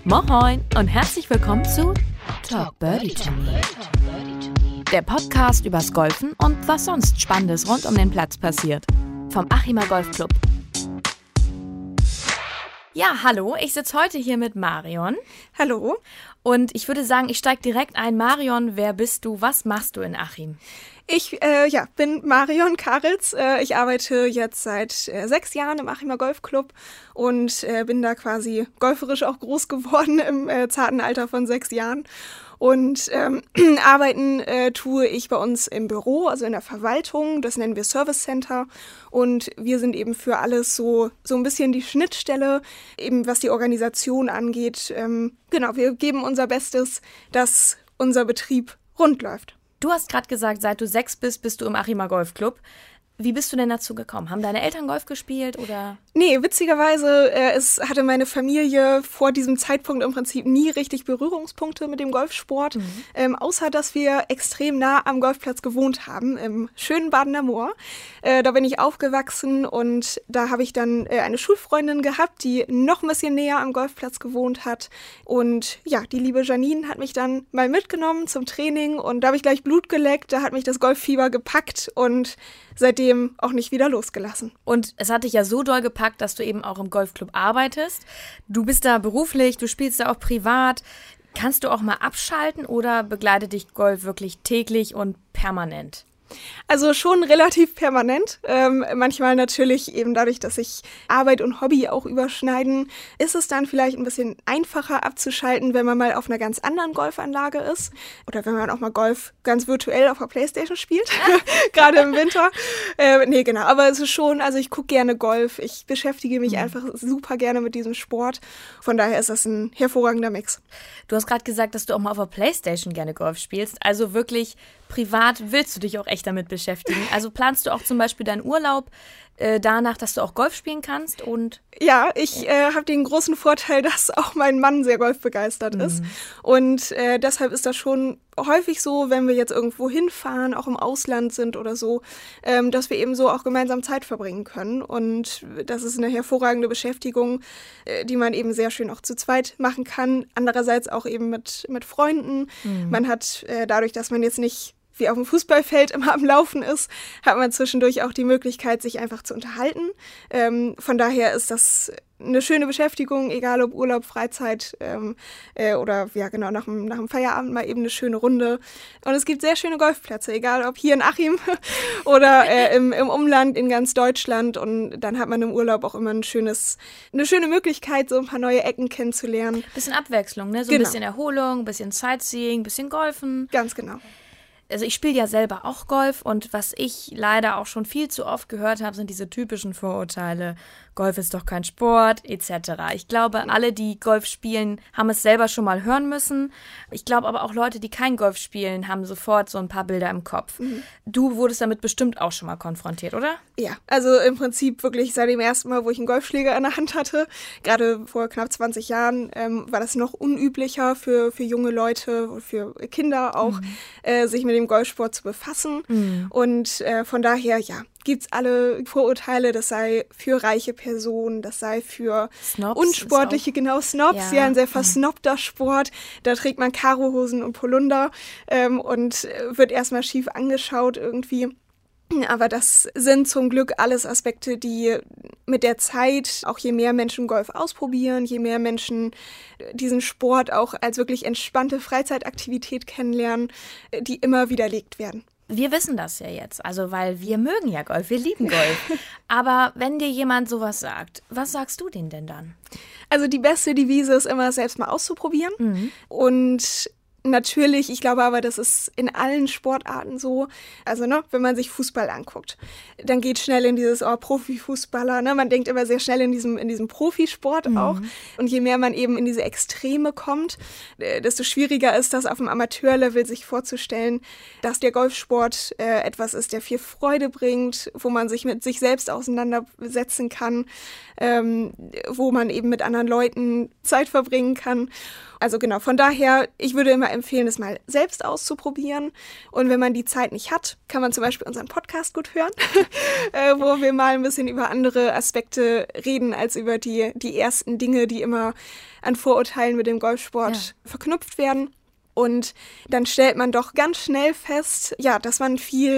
Moin und herzlich willkommen zu Talk Birdie to Me. Der Podcast übers Golfen und was sonst Spannendes rund um den Platz passiert. Vom Achimer Golfclub. Ja, hallo, ich sitze heute hier mit Marion. Hallo. Und ich würde sagen, ich steige direkt ein. Marion, wer bist du? Was machst du in Achim? Ich bin Marion Karitz. Ich arbeite jetzt seit 6 Jahren im Achimer Golfclub und bin da quasi golferisch auch groß geworden im zarten Alter von 6 Jahren. Und arbeiten tue ich bei uns im Büro, also in der Verwaltung. Das nennen wir Service Center. Und wir sind eben für alles so ein bisschen die Schnittstelle, eben was die Organisation angeht. Wir geben unser Bestes, dass unser Betrieb rund läuft. Du hast gerade gesagt, seit du 6 bist du im Achimer Golfclub. Wie bist du denn dazu gekommen? Haben deine Eltern Golf gespielt oder? Nee, witzigerweise, hatte meine Familie vor diesem Zeitpunkt im Prinzip nie richtig Berührungspunkte mit dem Golfsport, außer dass wir extrem nah am Golfplatz gewohnt haben, im schönen Badener Moor. Da bin ich aufgewachsen und da habe ich dann eine Schulfreundin gehabt, die noch ein bisschen näher am Golfplatz gewohnt hat. Und ja, die liebe Janine hat mich dann mal mitgenommen zum Training und da habe ich gleich Blut geleckt, da hat mich das Golffieber gepackt und seitdem auch nicht wieder losgelassen. Und es hat dich ja so doll gepackt, dass du eben auch im Golfclub arbeitest. Du bist da beruflich, du spielst da auch privat. Kannst du auch mal abschalten oder begleitet dich Golf wirklich täglich und permanent? Also schon relativ permanent. Manchmal natürlich eben dadurch, dass sich Arbeit und Hobby auch überschneiden, ist es dann vielleicht ein bisschen einfacher abzuschalten, wenn man mal auf einer ganz anderen Golfanlage ist. Oder wenn man auch mal Golf ganz virtuell auf der Playstation spielt, gerade im Winter. Aber es ist schon, also ich gucke gerne Golf. Ich beschäftige mich einfach super gerne mit diesem Sport. Von daher ist das ein hervorragender Mix. Du hast gerade gesagt, dass du auch mal auf der Playstation gerne Golf spielst. Also wirklich privat willst du dich auch echt damit beschäftigen. Also planst du auch zum Beispiel deinen Urlaub danach, dass du auch Golf spielen kannst? Und ja, ich habe den großen Vorteil, dass auch mein Mann sehr golfbegeistert ist. Und deshalb ist das schon häufig so, wenn wir jetzt irgendwo hinfahren, auch im Ausland sind oder so, dass wir eben so auch gemeinsam Zeit verbringen können. Und das ist eine hervorragende Beschäftigung, die man eben sehr schön auch zu zweit machen kann. Andererseits auch eben mit Freunden. Man hat dadurch, dass man jetzt nicht wie auf dem Fußballfeld immer am Laufen ist, hat man zwischendurch auch die Möglichkeit, sich einfach zu unterhalten. Von daher ist das eine schöne Beschäftigung, egal ob Urlaub, Freizeit oder ja genau nach dem Feierabend mal eben eine schöne Runde. Und es gibt sehr schöne Golfplätze, egal ob hier in Achim oder im Umland in ganz Deutschland. Und dann hat man im Urlaub auch immer eine schöne Möglichkeit, so ein paar neue Ecken kennenzulernen. Bisschen Abwechslung, ne? So ein bisschen Erholung, ein bisschen Sightseeing, ein bisschen Golfen. Ganz genau. Also ich spiele ja selber auch Golf und was ich leider auch schon viel zu oft gehört habe, sind diese typischen Vorurteile. Golf ist doch kein Sport, etc. Ich glaube, alle, die Golf spielen, haben es selber schon mal hören müssen. Ich glaube aber auch Leute, die kein Golf spielen, haben sofort so ein paar Bilder im Kopf. Du wurdest damit bestimmt auch schon mal konfrontiert, oder? Ja, also im Prinzip wirklich seit dem ersten Mal, wo ich einen Golfschläger in der Hand hatte, gerade vor knapp 20 Jahren, war das noch unüblicher für junge Leute, für Kinder auch, sich mit dem Golfsport zu befassen. Und von daher, ja, gibt's alle Vorurteile, das sei für reiche Personen, das sei für Snobs unsportliche, Snobs, ja, ein sehr versnobter Sport. Da trägt man Karohosen und Polunder und wird erstmal schief angeschaut irgendwie. Aber das sind zum Glück alles Aspekte, die mit der Zeit, auch je mehr Menschen Golf ausprobieren, je mehr Menschen diesen Sport auch als wirklich entspannte Freizeitaktivität kennenlernen, die immer widerlegt werden. Wir wissen das ja jetzt, also weil wir mögen ja Golf, wir lieben Golf. Aber wenn dir jemand sowas sagt, was sagst du denen denn dann? Also die beste Devise ist immer, selbst mal auszuprobieren. Und natürlich, ich glaube aber, das ist in allen Sportarten so. Also, wenn man sich Fußball anguckt, dann geht schnell in dieses Profifußballer, man denkt immer sehr schnell in diesem Profisport auch. Und je mehr man eben in diese Extreme kommt, desto schwieriger ist das auf dem Amateurlevel sich vorzustellen, dass der Golfsport etwas ist, der viel Freude bringt, wo man sich mit sich selbst auseinandersetzen kann, wo man eben mit anderen Leuten Zeit verbringen kann. Also genau, von daher, ich würde immer empfehlen, es mal selbst auszuprobieren. Und wenn man die Zeit nicht hat, kann man zum Beispiel unseren Podcast gut hören, wo wir mal ein bisschen über andere Aspekte reden, als über die ersten Dinge, die immer an Vorurteilen mit dem Golfsport verknüpft werden. Und dann stellt man doch ganz schnell fest, ja, dass man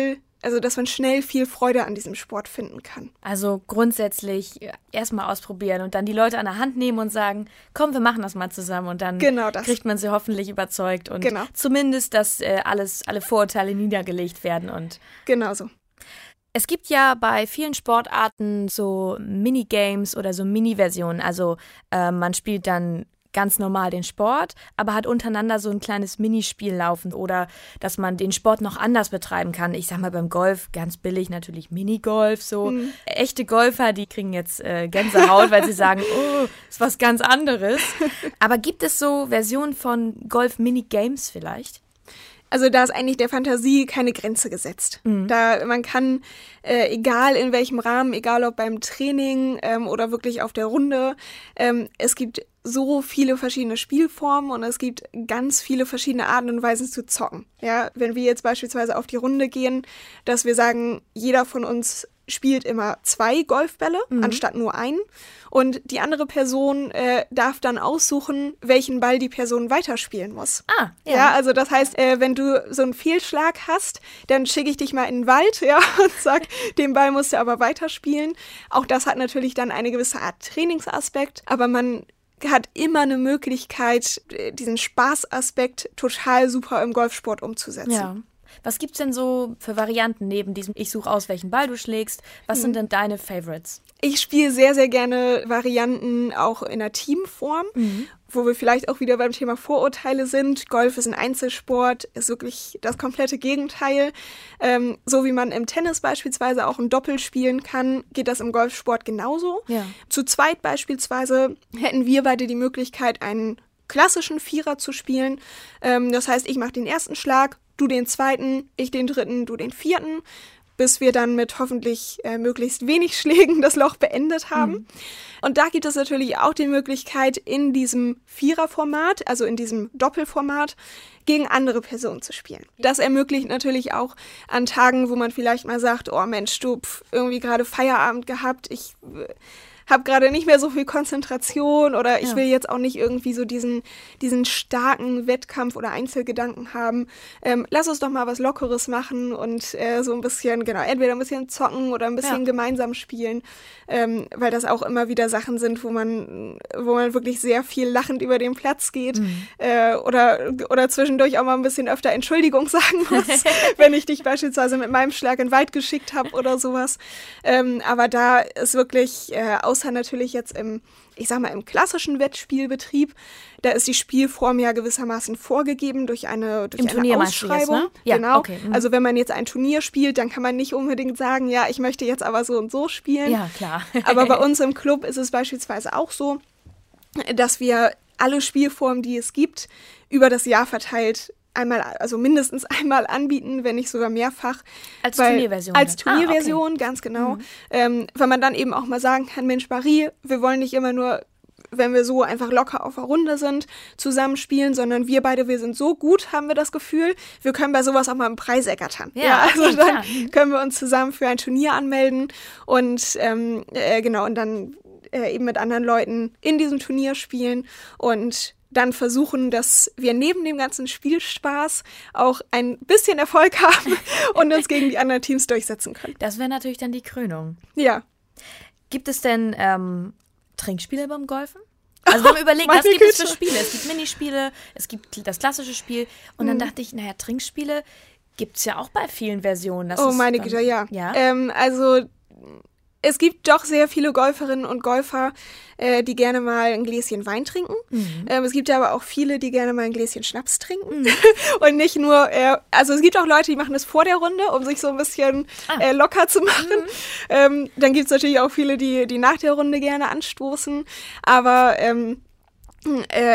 schnell viel Freude an diesem Sport finden kann. Also grundsätzlich erstmal ausprobieren und dann die Leute an der Hand nehmen und sagen, komm, wir machen das mal zusammen und dann kriegt man sie hoffentlich überzeugt und zumindest, dass alle Vorurteile niedergelegt werden. Und genau so. Es gibt ja bei vielen Sportarten so Minigames oder so Mini-Versionen, also man spielt dann ganz normal den Sport, aber hat untereinander so ein kleines Minispiel laufen oder dass man den Sport noch anders betreiben kann. Ich sag mal beim Golf, ganz billig natürlich Minigolf, so. Echte Golfer, die kriegen jetzt Gänsehaut, weil sie sagen, oh, ist was ganz anderes. Aber gibt es so Versionen von Golf-Minigames vielleicht? Also da ist eigentlich der Fantasie keine Grenze gesetzt. Da man kann, egal in welchem Rahmen, egal ob beim Training oder wirklich auf der Runde, es gibt so viele verschiedene Spielformen und es gibt ganz viele verschiedene Arten und Weisen zu zocken. Ja, wenn wir jetzt beispielsweise auf die Runde gehen, dass wir sagen, jeder von uns spielt immer 2 Golfbälle anstatt nur einen und die andere Person darf dann aussuchen, welchen Ball die Person weiterspielen muss. Ja, also das heißt, wenn du so einen Fehlschlag hast, dann schicke ich dich mal in den Wald, ja, und sag, den Ball musst du aber weiterspielen. Auch das hat natürlich dann eine gewisse Art Trainingsaspekt, aber man hat immer eine Möglichkeit, diesen Spaßaspekt total super im Golfsport umzusetzen. Ja. Was gibt's denn so für Varianten neben diesem ich suche aus, welchen Ball du schlägst? Was sind denn deine Favorites? Ich spiele sehr, sehr gerne Varianten auch in der Teamform, wo wir vielleicht auch wieder beim Thema Vorurteile sind. Golf ist ein Einzelsport, ist wirklich das komplette Gegenteil. So wie man im Tennis beispielsweise auch ein Doppel spielen kann, geht das im Golfsport genauso. Ja. Zu zweit beispielsweise hätten wir beide die Möglichkeit, einen klassischen Vierer zu spielen. Das heißt, ich mache den ersten Schlag, du den zweiten, ich den dritten, du den vierten, bis wir dann mit hoffentlich möglichst wenig Schlägen das Loch beendet haben. Und da gibt es natürlich auch die Möglichkeit, in diesem Viererformat, also in diesem Doppelformat, gegen andere Personen zu spielen. Das ermöglicht natürlich auch an Tagen, wo man vielleicht mal sagt, oh Mensch, du irgendwie gerade Feierabend gehabt, ich habe gerade nicht mehr so viel Konzentration oder ich will jetzt auch nicht irgendwie so diesen starken Wettkampf oder Einzelgedanken haben. Lass uns doch mal was Lockeres machen und so ein bisschen, entweder ein bisschen zocken oder ein bisschen gemeinsam spielen, weil das auch immer wieder Sachen sind, wo man wirklich sehr viel lachend über den Platz geht oder zwischendurch auch mal ein bisschen öfter Entschuldigung sagen muss, wenn ich dich beispielsweise mit meinem Schlag in den Wald geschickt habe oder sowas. Aber da ist wirklich außer natürlich jetzt im klassischen Wettspielbetrieb, da ist die Spielform ja gewissermaßen vorgegeben durch eine Ausschreibung. Ne? Ja, genau. Okay. Also wenn man jetzt ein Turnier spielt, dann kann man nicht unbedingt sagen, ja, ich möchte jetzt aber so und so spielen. Ja, klar. Aber bei uns im Club ist es beispielsweise auch so, dass wir alle Spielformen, die es gibt, über das Jahr verteilt mindestens einmal anbieten, wenn nicht sogar mehrfach. Als Turnierversion. Als Turnierversion, ganz genau. Weil man dann eben auch mal sagen kann, Mensch, Marie, wir wollen nicht immer nur, wenn wir so einfach locker auf der Runde sind, zusammenspielen, sondern wir sind so gut, haben wir das Gefühl, wir können bei sowas auch mal einen Preis ergattern. Also dann können wir uns zusammen für ein Turnier anmelden und und dann eben mit anderen Leuten in diesem Turnier spielen und dann versuchen, dass wir neben dem ganzen Spielspaß auch ein bisschen Erfolg haben und uns gegen die anderen Teams durchsetzen können. Das wäre natürlich dann die Krönung. Ja. Gibt es denn Trinkspiele beim Golfen? Also wir haben überlegt, was gibt es für Spiele? Es gibt Minispiele, es gibt das klassische Spiel und dann dachte ich, Trinkspiele gibt es ja auch bei vielen Versionen. Meine Güte, ja. Also es gibt doch sehr viele Golferinnen und Golfer, die gerne mal ein Gläschen Wein trinken. Es gibt aber auch viele, die gerne mal ein Gläschen Schnaps trinken. Und nicht nur, es gibt auch Leute, die machen das vor der Runde, um sich so ein bisschen locker zu machen. Dann gibt es natürlich auch viele, die nach der Runde gerne anstoßen. Aber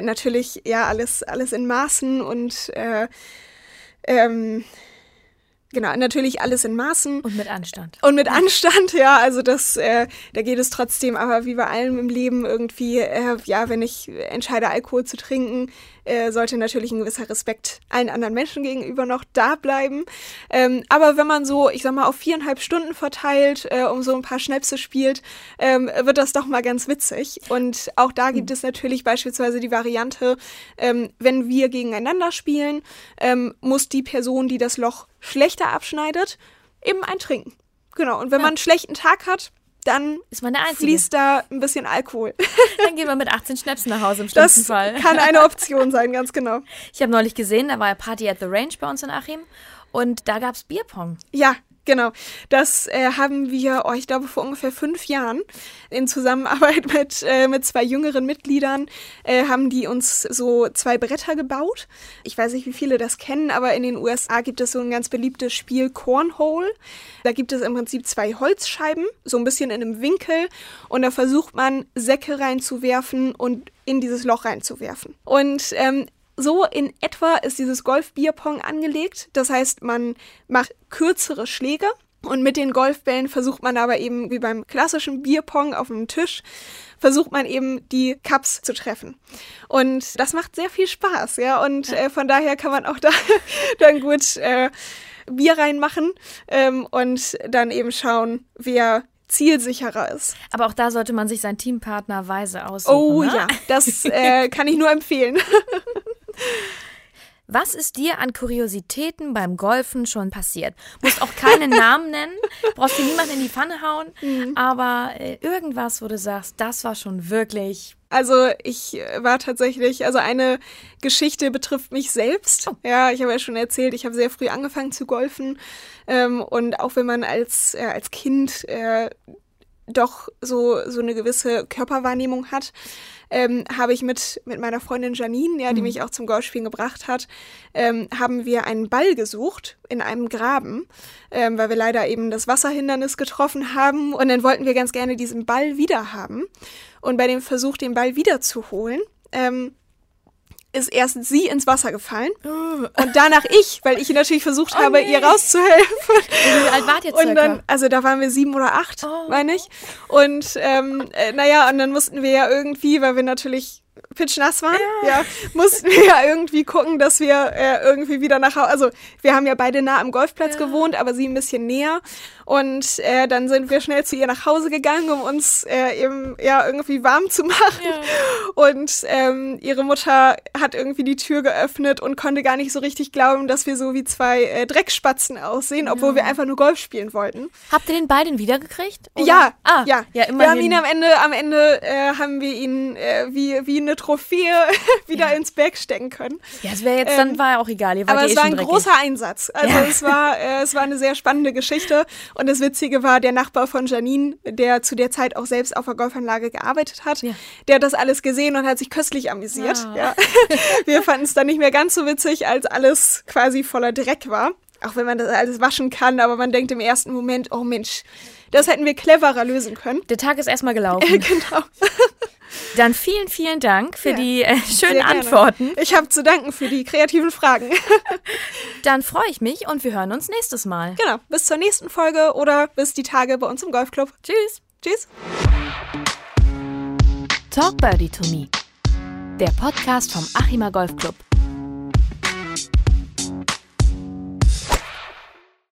natürlich, alles in Maßen und Genau, natürlich alles in Maßen. Und mit Anstand. Und mit Anstand, ja, also das, da geht es trotzdem, aber wie bei allem im Leben irgendwie, wenn ich entscheide, Alkohol zu trinken, sollte natürlich ein gewisser Respekt allen anderen Menschen gegenüber noch da bleiben. Aber wenn man so, ich sag mal, auf 4,5 Stunden verteilt, um so ein paar Schnäpse spielt, wird das doch mal ganz witzig. Und auch da gibt es natürlich beispielsweise die Variante, wenn wir gegeneinander spielen, muss die Person, die das Loch schlechter abschneidet, eben eintrinken. Genau, und wenn man einen schlechten Tag hat, dann ist man der Einzige. Fließt da ein bisschen Alkohol. Dann gehen wir mit 18 Schnäpsen nach Hause im schlimmsten Fall. Das kann eine Option sein, ganz genau. Ich habe neulich gesehen, da war ja Party at the Range bei uns in Achim und da gab es Bierpong. Ja, genau. Das haben wir, ich glaube, vor ungefähr 5 Jahren in Zusammenarbeit mit 2 jüngeren Mitgliedern haben die uns so 2 Bretter gebaut. Ich weiß nicht, wie viele das kennen, aber in den USA gibt es so ein ganz beliebtes Spiel Cornhole. Da gibt es im Prinzip 2 Holzscheiben, so ein bisschen in einem Winkel und da versucht man, Säcke reinzuwerfen und in dieses Loch reinzuwerfen. Und so in etwa ist dieses Golf-Bierpong angelegt. Das heißt, man macht kürzere Schläge und mit den Golfbällen versucht man aber eben, wie beim klassischen Bierpong auf einem Tisch, versucht man eben die Cups zu treffen. Und das macht sehr viel Spaß, ja. Und von daher kann man auch da dann gut Bier reinmachen und dann eben schauen, wer zielsicherer ist. Aber auch da sollte man sich seinen Teampartner weise aussuchen. Oh ne? ja, das kann ich nur empfehlen. Was ist dir an Kuriositäten beim Golfen schon passiert? Musst auch keine Namen nennen, brauchst dir niemanden in die Pfanne hauen, aber irgendwas, wo du sagst, das war schon wirklich... Also ich war tatsächlich, also eine Geschichte betrifft mich selbst. Oh. Ja, ich habe ja schon erzählt, ich habe sehr früh angefangen zu golfen und auch wenn man als Kind doch so eine gewisse Körperwahrnehmung hat, habe ich mit meiner Freundin Janine, ja, die mich auch zum Golfspielen gebracht hat, haben wir einen Ball gesucht in einem Graben, weil wir leider eben das Wasserhindernis getroffen haben und dann wollten wir ganz gerne diesen Ball wieder haben. Und bei dem Versuch, den Ball wiederzuholen, ist erst sie ins Wasser gefallen und danach ich, weil ich natürlich versucht habe, ihr rauszuhelfen. Wie alt wart ihr circa? Und dann, also da waren wir 7 oder 8, meine ich. Und und dann mussten wir ja irgendwie, weil wir natürlich pitschnass waren, mussten wir ja irgendwie gucken, dass wir irgendwie wieder nach Hause, also wir haben ja beide nah am Golfplatz gewohnt, aber sie ein bisschen näher und dann sind wir schnell zu ihr nach Hause gegangen, um uns eben irgendwie warm zu machen und ihre Mutter hat irgendwie die Tür geöffnet und konnte gar nicht so richtig glauben, dass wir so wie 2 Dreckspatzen aussehen, obwohl wir einfach nur Golf spielen wollten. Habt ihr den Ball denn wiedergekriegt? Oder? Ja, ja, immerhin. Wir haben ihn am Ende haben wir ihn wie eine Trophäe wieder ins Bag stecken können. Ja, es wäre jetzt, dann war ja auch egal. Ihr wart aber es war schon ein großer Einsatz. Also es war eine sehr spannende Geschichte. Und das Witzige war, der Nachbar von Janine, der zu der Zeit auch selbst auf der Golfanlage gearbeitet hat, der hat das alles gesehen und hat sich köstlich amüsiert. Ja. Wir fanden es dann nicht mehr ganz so witzig, als alles quasi voller Dreck war. Auch wenn man das alles waschen kann, aber man denkt im ersten Moment, oh Mensch, das hätten wir cleverer lösen können. Der Tag ist erstmal gelaufen. Genau. Dann vielen, vielen Dank für die schönen Antworten. Ich habe zu danken für die kreativen Fragen. Dann freue ich mich und wir hören uns nächstes Mal. Genau, bis zur nächsten Folge oder bis die Tage bei uns im Golfclub. Tschüss. Tschüss. Talk Birdie to Me, der Podcast vom Achimer Golfclub.